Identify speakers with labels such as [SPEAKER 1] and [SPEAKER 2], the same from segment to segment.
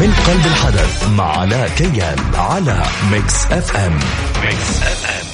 [SPEAKER 1] من قلب الحدث مع علاء كيان على ميكس اف ام. ميكس اف ام.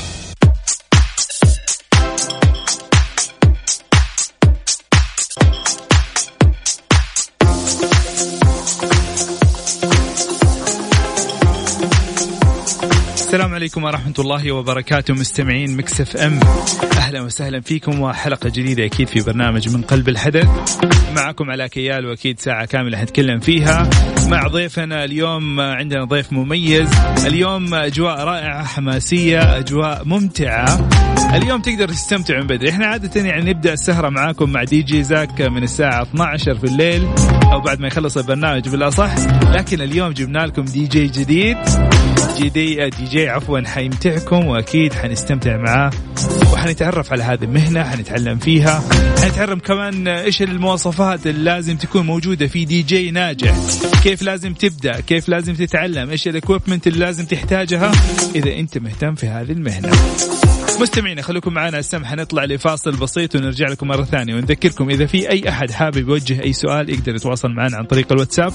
[SPEAKER 2] السلام عليكم ورحمة الله وبركاته مستمعين ميكس اف ام، أهلا وسهلا فيكم وحلقة جديدة أكيد في برنامج من قلب الحدث. معكم علاء كيال، وأكيد ساعة كاملة هنتكلم فيها مع ضيفنا اليوم. عندنا ضيف مميز اليوم، أجواء رائعة حماسية، أجواء ممتعة. اليوم تقدر تستمتع من بدري. احنا عادة يعني نبدأ السهرة معاكم مع دي جي زاك من الساعة 12 في الليل أو بعد ما يخلص البرنامج بالأصح، لكن اليوم جبنا لكم دي جي جديد، دي جي عفوا، حيمتعكم وأكيد حنستمتع معاه وحنتعرف على هذه المهنة، حنتعلم فيها، حنتعلم كمان إيش المواصفات اللي لازم تكون موجودة في دي جي ناجح، كيف لازم تبدأ، كيف لازم تتعلم، إيش الإكويبمنت اللي لازم تحتاجها إذا أنت مهتم في هذه المهنة. مستمعين خلوكم معنا السمح، نطلع لفاصل بسيط ونرجع لكم مرة ثانية. ونذكركم إذا في أي أحد حابب يوجه أي سؤال يقدر يتواصل معنا عن طريق الواتساب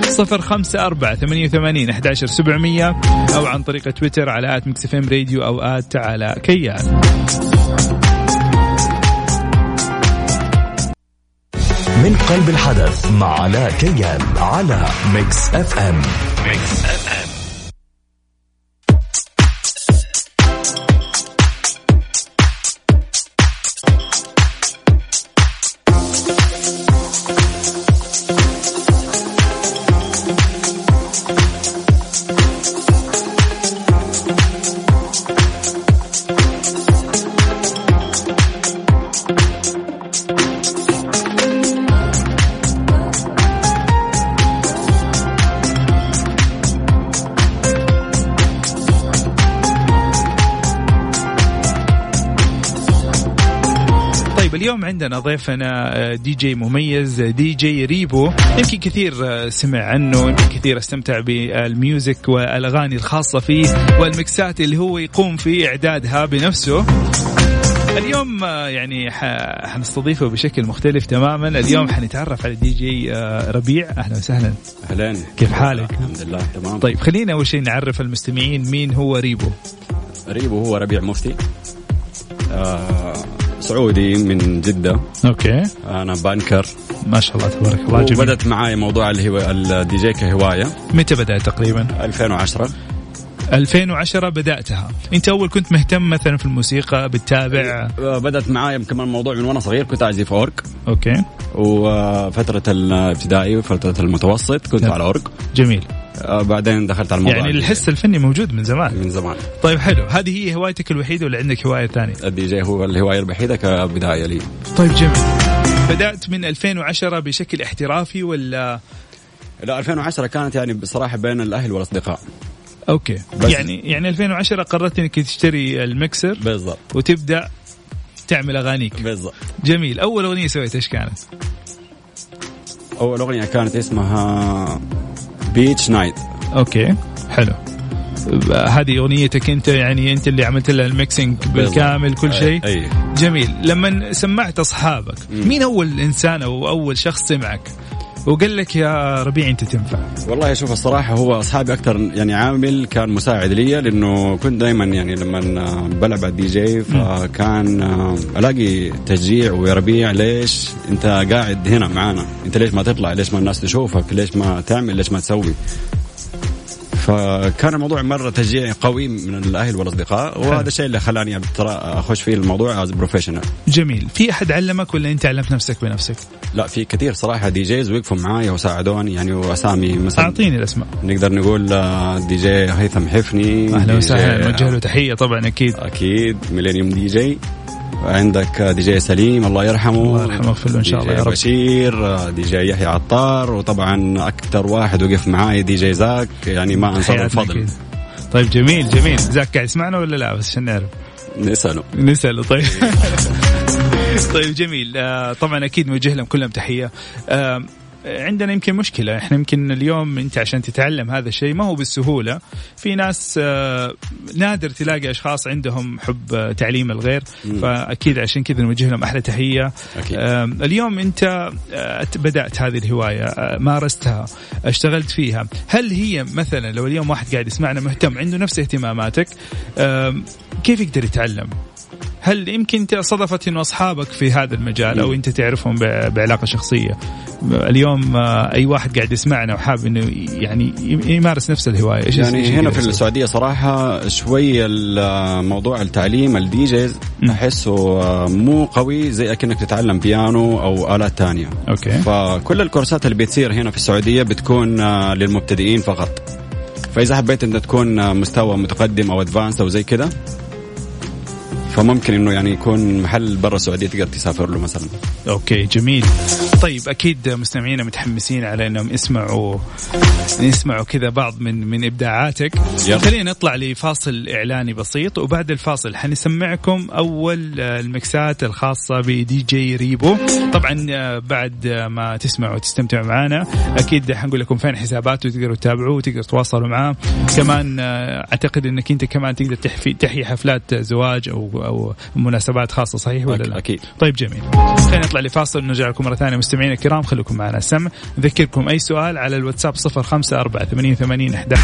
[SPEAKER 2] 0548811700 أو عن طريق تويتر على @mixfmradio أو على كيان.
[SPEAKER 1] من قلب الحدث مع علاء كيان على ميكس اف ام. ميكس اف ام.
[SPEAKER 2] اليوم عندنا ضيفنا دي جي مميز، دي جي ريبو. يمكن كثير سمع عنه، يمكن كثير استمتع بالميوزك والأغاني الخاصة فيه والمكسات اللي هو يقوم في إعدادها بنفسه. اليوم يعني حنستضيفه بشكل مختلف تماما. اليوم حنتعرف على دي جي ربيع. أهلا وسهلا.
[SPEAKER 3] أهلا،
[SPEAKER 2] كيف حالك؟
[SPEAKER 3] الحمد لله تمام.
[SPEAKER 2] طيب خلينا أول شيء نعرف المستمعين مين هو ريبو.
[SPEAKER 3] ريبو هو ربيع مفتي، سعودي من جدة.
[SPEAKER 2] أوكي.
[SPEAKER 3] أنا بانكر
[SPEAKER 2] ما شاء الله تبارك الله. جميل.
[SPEAKER 3] بدأت معاي موضوع الدي جي كهواية.
[SPEAKER 2] متى بدأت تقريبا؟
[SPEAKER 3] 2010
[SPEAKER 2] بدأتها. أنت أول كنت مهتم مثلا في الموسيقى، بتتابع؟
[SPEAKER 3] بدأت معايا كمان الموضوع من وأنا صغير، كنت أعزف أورج.
[SPEAKER 2] أوكي.
[SPEAKER 3] وفترة الابتدائي وفترة المتوسط كنت على أورج.
[SPEAKER 2] جميل.
[SPEAKER 3] بعدين دخلت على الموضوع،
[SPEAKER 2] يعني الحس الفني موجود من زمان.
[SPEAKER 3] من زمان.
[SPEAKER 2] طيب حلو، هذه هي هوايتك الوحيدة ولا عندك هواية ثانية؟
[SPEAKER 3] الدي جي هو الهواية الوحيدة كبداية لي.
[SPEAKER 2] طيب جميل. بدأت من 2010 بشكل احترافي ولا؟
[SPEAKER 3] لا، 2010 كانت يعني بصراحة بين الأهل والأصدقاء.
[SPEAKER 2] أوكي. يعني 2010 قررت إنك تشتري الميكسر
[SPEAKER 3] بالضبط
[SPEAKER 2] وتبدأ تعمل أغانيك.
[SPEAKER 3] بالضبط.
[SPEAKER 2] جميل. أول أغنية سويت إيش كانت؟
[SPEAKER 3] أول أغنية كانت اسمها بيتش نايت.
[SPEAKER 2] أوكي حلو. هذه أغنيتك أنت، يعني أنت اللي عملت لها الميكسينج بالكامل كل شيء.
[SPEAKER 3] أي.
[SPEAKER 2] جميل. لما سمعت أصحابك مين أول إنسان أو أول شخص سمعك وقال لك يا ربيع أنت تنفع؟
[SPEAKER 3] والله شوف الصراحة هو أصحابي أكتر، يعني عامل كان مساعد لي، لأنه كنت دايما يعني لما بلعب على الدي جي فكان ألاقي تشجيع، ويا ربيع ليش أنت قاعد هنا معانا، أنت ليش ما تطلع، ليش ما الناس تشوفك، ليش ما تعمل، ليش ما تسوي. فكان الموضوع مرة تشجيع قوي من الأهل والأصدقاء، وهذا الشيء اللي خلاني أخش في الموضوع as professional.
[SPEAKER 2] جميل. في أحد علمك ولا أنت علمت نفسك بنفسك؟
[SPEAKER 3] لا، في كثير صراحة دي جيز وقفوا معايا وساعدوني، يعني وأسامي مثلا
[SPEAKER 2] أعطيني الأسماء.
[SPEAKER 3] نقدر نقول دي جي هيثم حفني.
[SPEAKER 2] أهلا وسهلا، نوجه له تحية طبعا. أكيد
[SPEAKER 3] ميلينيوم دي جي. عندك دي جي سليم الله يرحمه،
[SPEAKER 2] الله يرحمه ويغفر إن شاء الله يا رب.
[SPEAKER 3] بشير، دي جي يحيى عطار، وطبعا أكتر واحد وقف معاي دي جي زاك، يعني ما أنصر الفضل.
[SPEAKER 2] طيب جميل. زاك قاعد يسمعنا ولا لا؟ بس عشان نعرف. نسأله. طيب. طيب جميل. طبعا أكيد نوجه لهم كلهم تحية. عندنا يمكن مشكلة. إحنا يمكن اليوم أنت عشان تتعلم هذا الشيء ما هو بالسهولة. في ناس نادر تلاقي أشخاص عندهم حب تعليم الغير، فأكيد عشان كذا نوجه لهم أحلى تحية. اليوم أنت بدأت هذه الهواية، مارستها، اشتغلت فيها. هل هي مثلا لو اليوم واحد قاعد يسمعنا مهتم عنده نفس اهتماماتك، كيف يقدر يتعلم؟ هل يمكن صدفت إنه أصحابك في هذا المجال أو أنت تعرفهم بعلاقة شخصية؟ اليوم أي واحد قاعد يسمعنا وحاب إنه يعني يمارس نفس الهواية، إيش
[SPEAKER 3] يعني هنا في السعودية صراحة شوية الموضوع التعليم الدي جيز أحسه مو قوي زي أكنك تتعلم بيانو أو آلات تانية.
[SPEAKER 2] أوكي.
[SPEAKER 3] فكل الكورسات اللي بتصير هنا في السعودية بتكون للمبتدئين فقط. فإذا حبيت أن تكون مستوى متقدم أو أدفانس أو زي كده، فممكن إنه يعني يكون محل برا السعودية تقدر تسافر له مثلا.
[SPEAKER 2] أوكي جميل. طيب أكيد مستمعينا متحمسين على إنهم يسمعوا كذا بعض من إبداعاتك. خلينا نطلع لفاصل إعلاني بسيط، وبعد الفاصل حنسمعكم أول المكسات الخاصة بدي جي ريبو. طبعا بعد ما تسمعوا وتستمتعوا معنا أكيد حنقول لكم فين حساباته تقدروا تتابعوه وتقدروا تواصلوا معاه. كمان أعتقد إنك أنت كمان تقدر تحيي حفلات زواج أو مناسبات خاصة، صحيح ولا لا؟
[SPEAKER 3] أكيد.
[SPEAKER 2] طيب جميل. خلينا نطلع لفاصل ونرجع لكم مرة ثانية. مستمعين الكرام خليكم معنا السمع. نذكركم أي سؤال على الواتساب 05488111.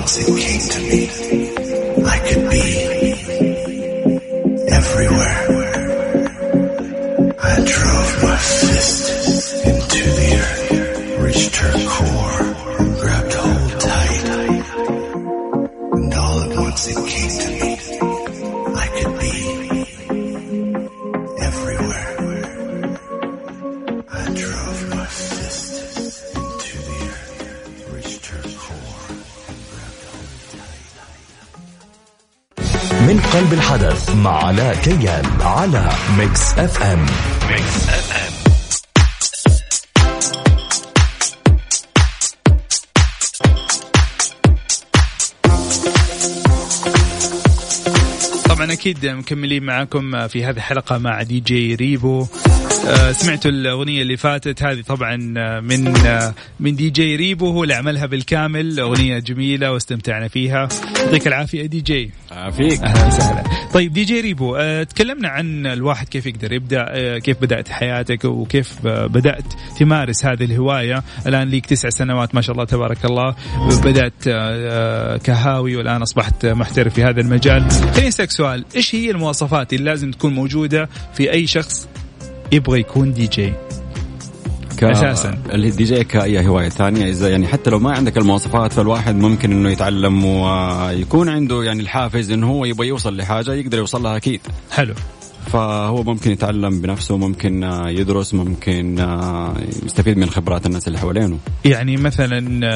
[SPEAKER 4] once it came to me, I could be everywhere. I drove my fist into the earth, reached her core, and grabbed hold tight. And all at once it came to me, I could be everywhere. I drove my fist into the earth, reached her core, and grabbed hold tight.
[SPEAKER 1] من قلب الحدث مع علاء كيان على ميكس اف ام.
[SPEAKER 2] طبعا أكيد مكملين معكم في هذه الحلقة مع دي جي ريبو. سمعتوا الأغنية اللي فاتت هذه طبعا من دي جي ريبو، هو اللي عملها بالكامل، أغنية جميلة واستمتعنا فيها. يعطيك العافية دي جي.
[SPEAKER 3] عافيك.
[SPEAKER 2] أهلا وسهلا. طيب دي جي ريبو، تكلمنا عن الواحد كيف يقدر يبدأ، كيف بدأت حياتك وكيف بدأت تمارس هذه الهواية. الآن ليك 9 سنوات ما شاء الله تبارك الله، بدأت كهاوي والآن أصبحت محترف في هذا المجال. خليني أسألك سؤال، إيش هي المواصفات اللي لازم تكون موجودة في أي شخص يبغى يكون دي جي أساسا؟
[SPEAKER 3] الدي جي كأي هواية ثانية، إذا يعني حتى لو ما عندك المواصفات فالواحد ممكن إنه يتعلم ويكون عنده يعني الحافز إنه هو يبغى يوصل لحاجة يقدر يوصل لها أكيد.
[SPEAKER 2] حلو.
[SPEAKER 3] فهو ممكن يتعلم بنفسه، ممكن يدرس، ممكن يستفيد من خبرات الناس اللي حوالينه.
[SPEAKER 2] يعني مثلا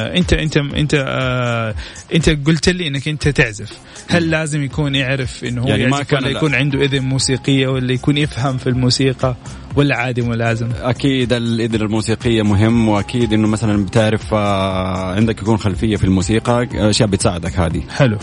[SPEAKER 2] انت قلت لي انك انت تعزف، هل لازم يكون يعرف انه هو يعني يعزف ولا يكون عنده اذن موسيقية ولا يكون يفهم في الموسيقى ولا عادي مو لازم؟ اكيد
[SPEAKER 3] الاذن الموسيقية مهم، واكيد انه مثلا بتعرف عندك يكون خلفية في الموسيقى، اشياء بتساعدك هذه.
[SPEAKER 2] حلو.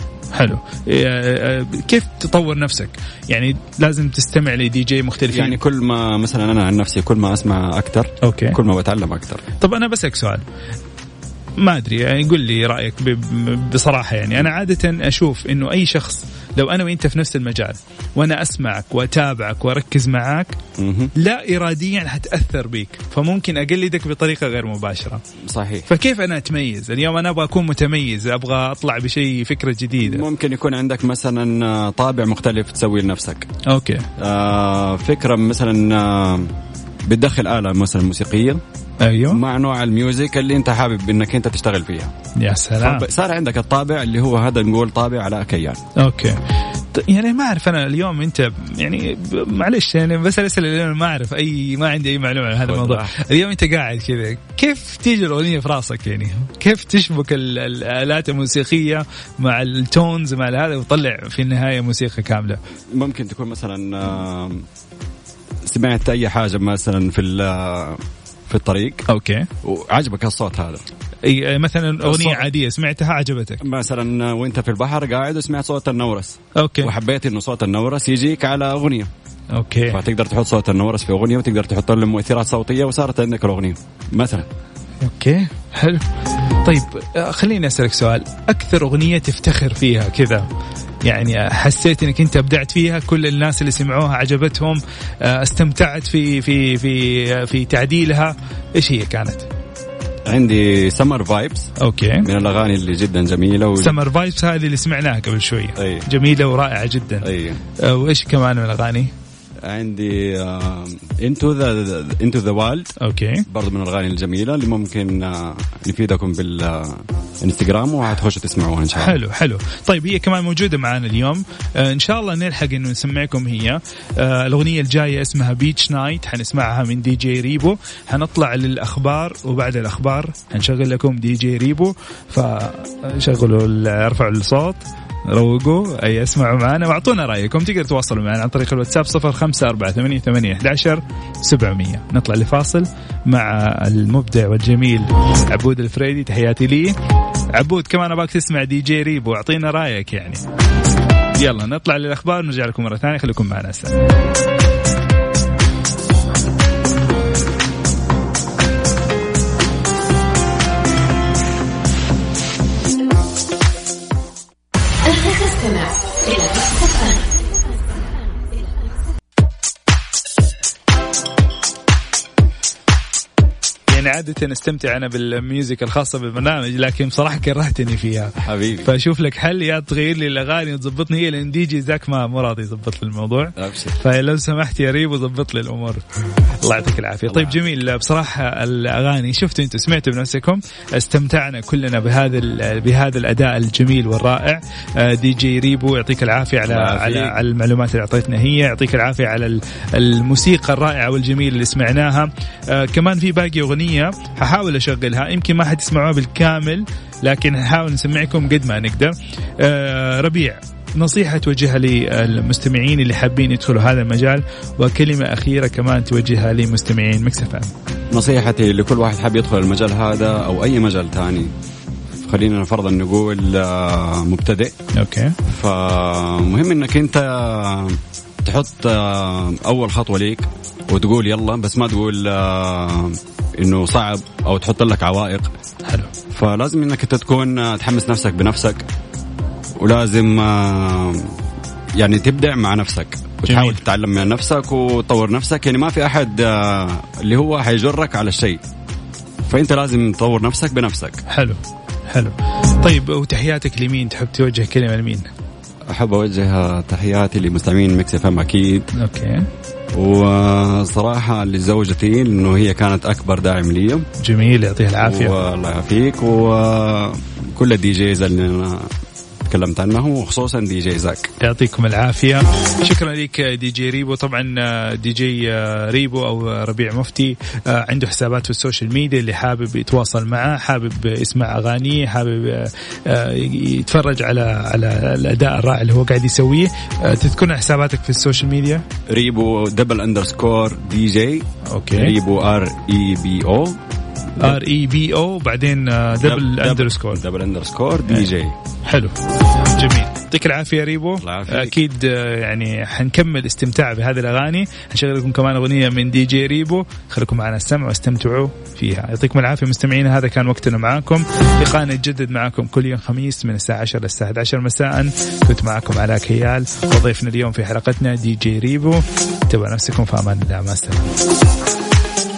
[SPEAKER 2] كيف تطور نفسك؟ يعني لازم تستمع لدي جي مختلفين.
[SPEAKER 3] يعني كل ما مثلا أنا عن نفسي كل ما أسمع أكتر كل ما بتعلم أكتر.
[SPEAKER 2] طب أنا بسألك سؤال، ما أدري يعني قل لي رأيك بصراحة. يعني أنا عادة أشوف إنه أي شخص لو أنا وإنت في نفس المجال وأنا أسمعك وأتابعك وأركز معاك لا إراديا هتأثر بيك، فممكن أقلدك بطريقة غير مباشرة.
[SPEAKER 3] صحيح.
[SPEAKER 2] فكيف أنا أتميز اليوم؟ أنا أبغى أكون متميز، أبغى أطلع بشيء فكرة جديدة.
[SPEAKER 3] ممكن يكون عندك مثلا طابع مختلف تسوي لنفسك.
[SPEAKER 2] أوكي.
[SPEAKER 3] فكرة مثلا بتدخل آلة مثلا موسيقية
[SPEAKER 2] أيوه
[SPEAKER 3] مع نوع الميوزك اللي انت حابب انك انت تشتغل فيها.
[SPEAKER 2] يا سلام.
[SPEAKER 3] صار عندك الطابع اللي هو هذا نقول طابع على كيان.
[SPEAKER 2] اوكي. يعني ما اعرف انا اليوم انت يعني معلش يعني بس اسال اليوم ما اعرف ما عندي اي معلومه عن هذا الموضوع. اليوم انت قاعد كذا كيف تيجي الاغنيه في راسك؟ يعني كيف تشبك الالات الموسيقيه مع التونز مع هذا وتطلع في النهايه موسيقى كامله؟
[SPEAKER 3] ممكن تكون مثلا سمعت اي حاجه مثلا في الطريق
[SPEAKER 2] اوكي
[SPEAKER 3] وعجبك الصوت هذا،
[SPEAKER 2] اي مثلا اغنيه عاديه سمعتها عجبتك،
[SPEAKER 3] مثلا وانت في البحر قاعد وسمعت صوت النورس
[SPEAKER 2] اوكي
[SPEAKER 3] وحبيت انه صوت النورس يجيك على اغنيه
[SPEAKER 2] اوكي،
[SPEAKER 3] فتقدر تحط صوت النورس في اغنيه وتقدر تحط له مؤثرات صوتيه وصارت عندك الاغنيه مثلا.
[SPEAKER 2] اوكي حلو. طيب خليني اسالك سؤال، اكثر اغنيه تفتخر فيها كذا يعني حسيت انك انت ابدعت فيها، كل الناس اللي سمعوها عجبتهم، استمتعت في تعديلها، ايش هي كانت؟
[SPEAKER 3] عندي سمر فايبس
[SPEAKER 2] اوكي،
[SPEAKER 3] من الاغاني اللي جدا جميله
[SPEAKER 2] سمر فايبس هذه اللي سمعناها قبل شوي
[SPEAKER 3] أيه.
[SPEAKER 2] جميله ورائعه جدا.
[SPEAKER 3] أيه.
[SPEAKER 2] وايش كمان من الاغاني؟
[SPEAKER 3] عندي into the wild
[SPEAKER 2] اوكي،
[SPEAKER 3] برضو من الاغاني الجميله اللي ممكن نفيدكم بالانستغرام وهتخشوا تسمعوها ان شاء الله.
[SPEAKER 2] حلو. طيب هي كمان موجوده معنا اليوم، ان شاء الله نلحق انه نسمعكم هي. الاغنيه الجايه اسمها بيتش نايت، حنسمعها من دي جي ريبو، حنطلع للاخبار وبعد الاخبار حنشغل لكم دي جي ريبو، فشغلوا ارفعوا الصوت روقوا أي اسمعوا معنا واعطونا رأيكم. تقدر تواصلوا معنا عن طريق الواتساب 0548811700. نطلع لفاصل مع المبدع والجميل عبود الفريدي، تحياتي لي عبود. كمان أباك تسمع دي جي ريبو واعطينا رأيك يعني. يلا نطلع للأخبار ونرجع لكم مرة ثانية، خليكم معنا سنة. عادة استمتع أنا بالميوزك الخاصة بالبرنامج، لكن بصراحة كرهتني فيها
[SPEAKER 3] حبيبي.
[SPEAKER 2] فأشوف لك حل، يا تغير لي الأغاني وتضبطني هي، لأن دي جي زاك ما راضي يضبط لي الموضوع. فلو سمحت يا ريبو ضبط لي الأمور. الله يعطيك العافية. طيب جميل، بصراحة الأغاني شفتوا أنتوا سمعتوا بنفسكم، استمتعنا كلنا بهذا الأداء الجميل والرائع. دي جي ريبو يعطيك العافية على المعلومات اللي أعطيتنا هي، يعطيك العافية على الموسيقى الرائعة والجميلة اللي سمعناها. كمان في باقي أغنية هحاول أشغلها، يمكن ما حتسمعوها بالكامل لكن هحاول نسمعكم قد ما نقدر. ربيع، نصيحة توجهها للمستمعين اللي حابين يدخلوا هذا المجال، وكلمة أخيرة كمان توجهها لمستمعين ميكس اف ام.
[SPEAKER 3] نصيحتي لكل واحد حاب يدخل المجال هذا أو أي مجال تاني، خلينا فرضا نقول مبتدئ،
[SPEAKER 2] أوكي،
[SPEAKER 3] فمهم إنك أنت تحط أول خطوة ليك وتقول يلا، بس ما تقول إنه صعب أو تحط لك عوائق.
[SPEAKER 2] حلو.
[SPEAKER 3] فلازم إنك أنت تكون تحمس نفسك بنفسك، ولازم يعني تبدع مع نفسك وتحاول تتعلم من نفسك وتطور نفسك. يعني ما في أحد اللي هو حيجرك على الشيء، فأنت لازم تطور نفسك بنفسك.
[SPEAKER 2] حلو حلو. طيب وتحياتك لمين؟ تحب توجه كلمة لمين؟
[SPEAKER 3] أحب أوجه تحياتي لمستمعين ميكس اف ام أكيد.
[SPEAKER 2] أوكي.
[SPEAKER 3] وصراحة لزوجتي إنه هي كانت أكبر داعم لي.
[SPEAKER 2] جميل، يعطيها العافية.
[SPEAKER 3] والله يعافيك. وكل الدي جيز اللي أنا تكلمت عنه، وخصوصا دي جي زاك،
[SPEAKER 2] يعطيكم العافية. شكرا لك دي جي ريبو. طبعا دي جي ريبو أو ربيع مفتي عنده حسابات في السوشيال ميديا، اللي حابب يتواصل معه، حابب يسمع أغانيه، حابب يتفرج على الأداء الرائع اللي هو قاعد يسويه، تذكرنا حساباتك في السوشيال ميديا.
[SPEAKER 3] ريبو _ دي جي.
[SPEAKER 2] أوكي.
[SPEAKER 3] ريبو REBO
[SPEAKER 2] بعدين _
[SPEAKER 3] دي جي.
[SPEAKER 2] حلو، جميل، يعطيك العافية ريبو. أكيد يعني حنكمل استمتاع بهذه الأغاني، هنشغل لكم كمان أغنية من دي جي ريبو، خليكم معنا السمع واستمتعوا فيها. يعطيكم العافية مستمعين، هذا كان وقتنا معاكم، لقاءنا يتجدد معاكم كل يوم خميس من الساعة 10 للساعة 11 مساء. كنت معاكم علاء كيال، وضيفنا اليوم في حلقتنا دي جي ريبو. تابعوا نفسكم في أمان الله، مع السلامة.